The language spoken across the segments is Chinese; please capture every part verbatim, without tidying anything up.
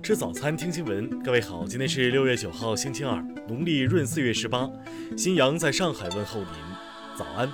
吃早餐，听新闻。各位好，今天是六月九号，星期二，农历闰四月十八。新阳在上海问候您，早安。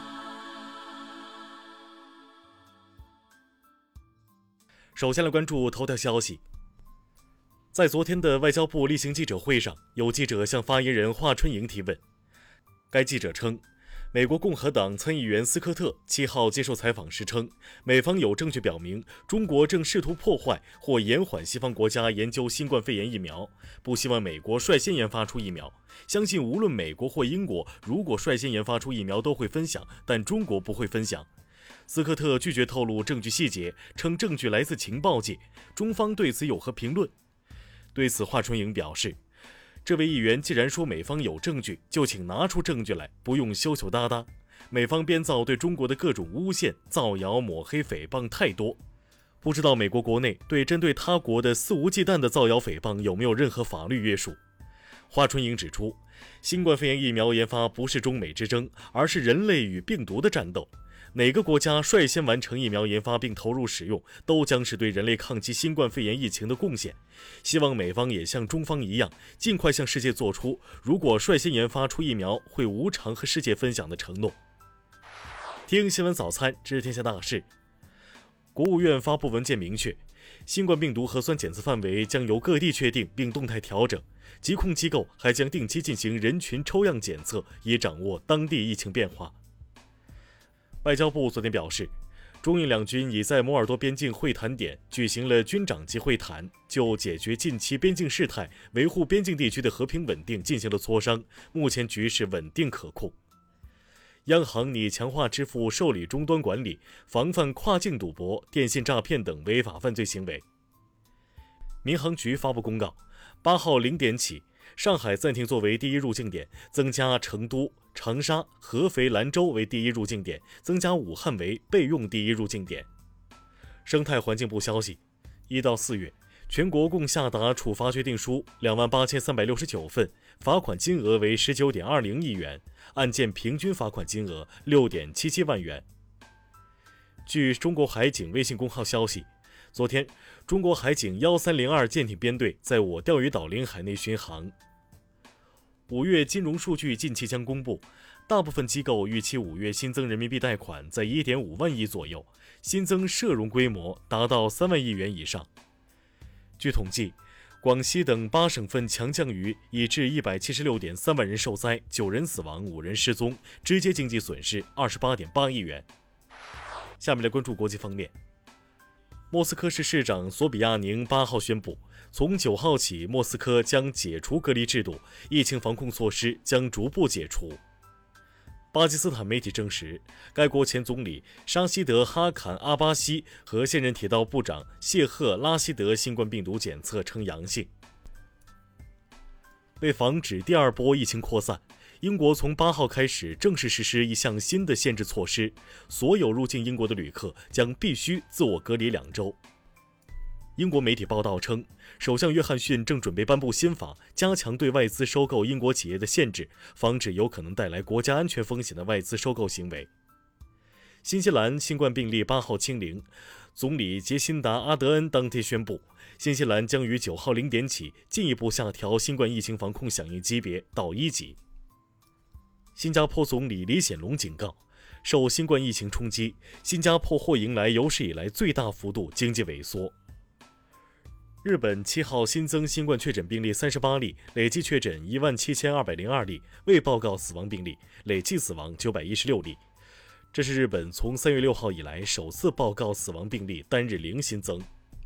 首先来关注头条消息。在昨天的外交部例行记者会上，有记者向发言人华春莹提问。该记者称，美国共和党参议员斯科特七号接受采访时称，美方有证据表明中国正试图破坏或延缓西方国家研究新冠肺炎疫苗，不希望美国率先研发出疫苗，相信无论美国或英国如果率先研发出疫苗都会分享，但中国不会分享。斯科特拒绝透露证据细节，称证据来自情报界，中方对此有何评论？对此，华春莹表示，这位议员既然说美方有证据，就请拿出证据来，不用羞羞答答。美方编造对中国的各种诬陷、造谣、抹黑、诽谤太多，不知道美国国内对针对他国的肆无忌惮的造谣诽谤有没有任何法律约束。华春莹指出，新冠肺炎疫苗研发不是中美之争，而是人类与病毒的战斗。哪个国家率先完成疫苗研发并投入使用，都将是对人类抗击新冠肺炎疫情的贡献。希望美方也像中方一样，尽快向世界做出如果率先研发出疫苗会无偿和世界分享的承诺。听新闻早餐，知天下大事。国务院发布文件明确，新冠病毒核酸检测范围将由各地确定并动态调整，疾控机构还将定期进行人群抽样检测，以掌握当地疫情变化。外交部昨天表示，中印两军已在摩尔多边境会谈点举行了军长级会谈，就解决近期边境事态、维护边境地区的和平稳定进行了磋商，目前局势稳定可控。央行拟强化支付受理终端管理，防范跨境赌博、电信诈骗等违法犯罪行为。民航局发布公告，八号零点起，上海暂停作为第一入境点，增加成都、长沙、合肥、兰州为第一入境点，增加武汉为备用第一入境点。生态环境部消息，一到四月，全国共下达处罚决定书两万八千三百六十九份，罚款金额为十九点二零亿元，案件平均罚款金额六点七七万元。据中国海警微信公号消息，昨天，中国海警一三零二舰艇编队在我钓鱼岛领海内巡航。五月金融数据近期将公布，大部分机构预期五月新增人民币贷款在 一点五万亿左右，新增涉融规模达到三万亿元以上。据统计，广西等八省份强降雨已致一百七十六点三万人受灾，九人死亡，五人失踪，直接经济损失二十八点八亿元。下面来关注国际方面。莫斯科市市长索比亚宁八号宣布，从九号起，莫斯科将解除隔离制度，疫情防控措施将逐步解除。巴基斯坦媒体证实，该国前总理沙希德·哈坎·阿巴西和现任铁道部长谢赫·拉希德新冠病毒检测呈阳性。为防止第二波疫情扩散，英国从八号开始正式实施一项新的限制措施，所有入境英国的旅客将必须自我隔离两周。英国媒体报道称，首相约翰逊正准备颁布新法，加强对外资收购英国企业的限制，防止有可能带来国家安全风险的外资收购行为。新西兰新冠病例八号清零，总理杰辛达·阿德恩当天宣布，新西兰将于九号零点起进一步下调新冠疫情防控响应级别到一级。新加坡总理李显龙警告，受新冠疫情冲击，新加坡或迎来有史以来最大幅度经济萎缩。日本七号新增新冠确诊病例三十八例，累计确诊一万七千二百零二例，未报告死亡病例，累计死亡九百一十六例。这是日本从三月六号以来首次报告死亡病例单日零新增。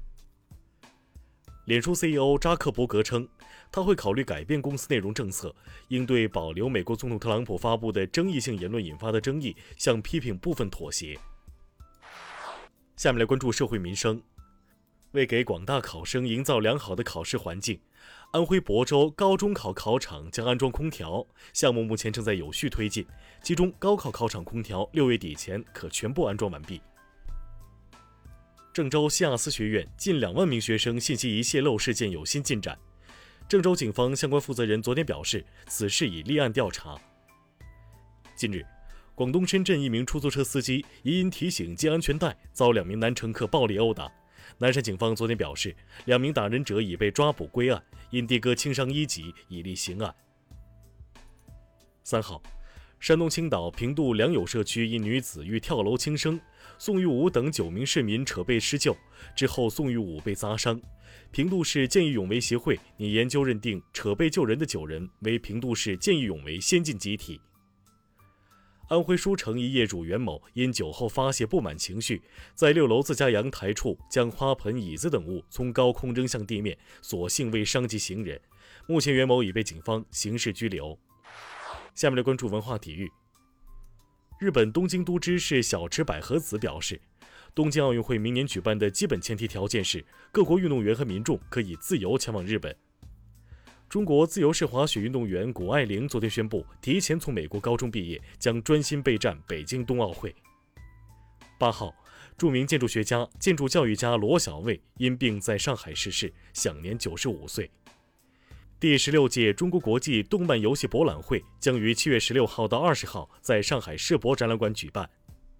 脸书 C E O 扎克伯格称，他会考虑改变公司内容政策，应对保留美国总统特朗普发布的争议性言论引发的争议，向批评部分妥协。下面来关注社会民生。为给广大考生营造良好的考试环境，安徽亳州高中考考场将安装空调，项目目前正在有序推进，其中高考考场空调六月底前可全部安装完毕。郑州西亚斯学院近两万名学生信息仪泄露事件有新进展，郑州警方相关负责人昨天表示，此事已立案调查。近日，广东深圳一名出租车司机疑因提醒系安全带，遭两名男乘客暴力殴打。 南山警方昨天表示，两名打人者已被抓捕归案，因的哥轻伤一级，已立刑案。三号，山东青岛平度良友社区一女子欲跳楼轻生，宋玉武等九名市民扯被施救，之后宋玉武被砸伤。平度市见义勇为协会拟研究认定扯被救人的九人为平度市见义勇为先进集体。安徽舒城一业主袁某因酒后发泄不满情绪，在六楼自家阳台处将花盆、椅子等物从高空扔向地面，所幸未伤及行人。目前袁某已被警方刑事拘留。下面来关注文化体育。日本东京都知事小池百合子表示，东京奥运会明年举办的基本前提条件是各国运动员和民众可以自由前往日本。中国自由式滑雪运动员谷爱凌昨天宣布，提前从美国高中毕业，将专心备战北京冬奥会。八号，著名建筑学家、建筑教育家罗小卫因病在上海逝世，享年九十五岁。第十六届中国国际动漫游戏博览会将于七月十六号到二十号在上海世博展览馆举办。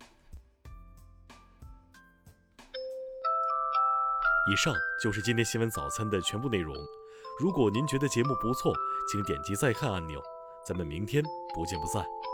以上就是今天新闻早餐的全部内容。如果您觉得节目不错，请点击再看按钮。咱们明天不见不散。